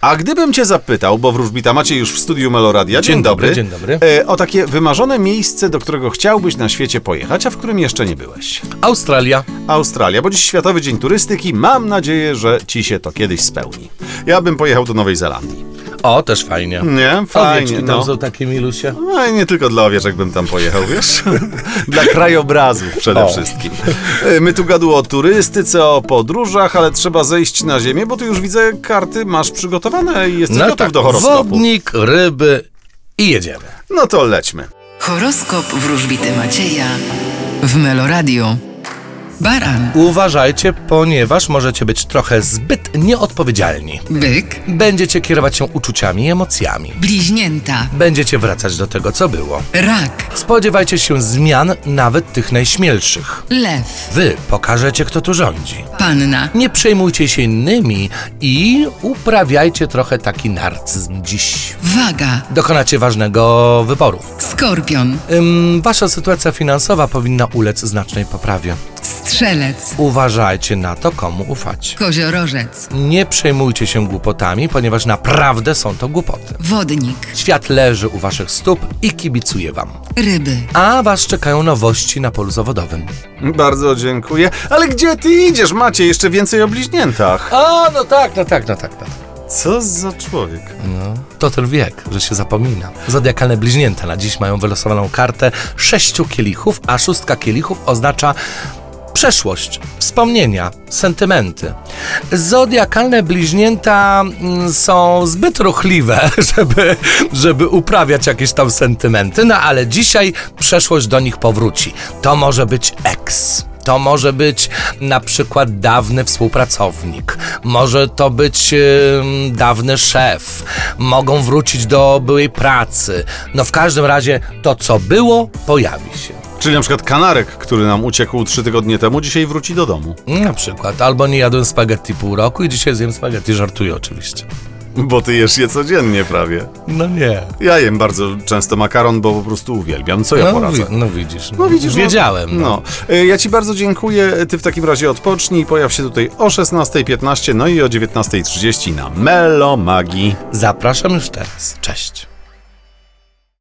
A gdybym cię zapytał, bo wróżbita macie już w studiu Meloradia. Dzień dobry. Dzień dobry. O takie wymarzone miejsce, do którego chciałbyś na świecie pojechać, a w którym jeszcze nie byłeś. Australia, bo dziś Światowy Dzień Turystyki. Mam nadzieję, że ci się to kiedyś spełni. Ja bym pojechał do Nowej Zelandii. O, też fajnie. Nie? Fajnie, Owieczki tam są takie milusie. No i nie tylko dla owieczek bym tam pojechał, wiesz? Dla krajobrazów przede wszystkim. My tu gadu o turystyce, o podróżach, ale trzeba zejść na ziemię, bo tu już widzę, karty masz przygotowane i jesteś gotów do horoskopu. Wodnik, ryby i jedziemy. No to lećmy. Horoskop wróżbity Macieja w Meloradio. Baran, Uważajcie, ponieważ możecie być trochę zbyt nieodpowiedzialni. byk, Będziecie kierować się uczuciami i emocjami. bliźnięta, Będziecie wracać do tego, co było. rak, Spodziewajcie się zmian, nawet tych najśmielszych. lew, Wy pokażecie, kto tu rządzi. panna, Nie przejmujcie się innymi i uprawiajcie trochę taki narcyzm dziś. waga, Dokonacie ważnego wyboru. skorpion, Wasza sytuacja finansowa powinna ulec znacznej poprawie. strzelec, Uważajcie na to, komu ufać. koziorożec, Nie przejmujcie się głupotami, ponieważ naprawdę są to głupoty. wodnik, Świat leży u waszych stóp i kibicuje wam. ryby, A was czekają nowości na polu zawodowym. Bardzo dziękuję. Ale gdzie ty idziesz, Macie? Jeszcze więcej o bliźniętach. A, no tak. Co za człowiek? No, to ten wiek, że się zapomina. Zodiakalne bliźnięta na dziś mają wylosowaną kartę 6 kielichów, a 6 kielichów oznacza przeszłość, wspomnienia, sentymenty. Zodiakalne bliźnięta są zbyt ruchliwe, żeby uprawiać jakieś tam sentymenty, no ale dzisiaj przeszłość do nich powróci. To może być ex. To może być na przykład dawny współpracownik, może to być dawny szef, mogą wrócić do byłej pracy. No w każdym razie to, co było, pojawi się. Czyli na przykład kanarek, który nam uciekł 3 tygodnie temu, dzisiaj wróci do domu. Na przykład, albo nie jadłem spaghetti pół roku i dzisiaj zjem spaghetti, żartuję oczywiście. Bo ty jesz je codziennie prawie. No nie. Ja jem bardzo często makaron, bo po prostu uwielbiam. Co ja poradzę? Widzisz. No widzisz, Wiedziałem. No. Ja ci bardzo dziękuję. Ty w takim razie odpocznij. Pojaw się tutaj o 16:15, no i o 19:30 na Melo Magii. Zapraszam już teraz. Cześć.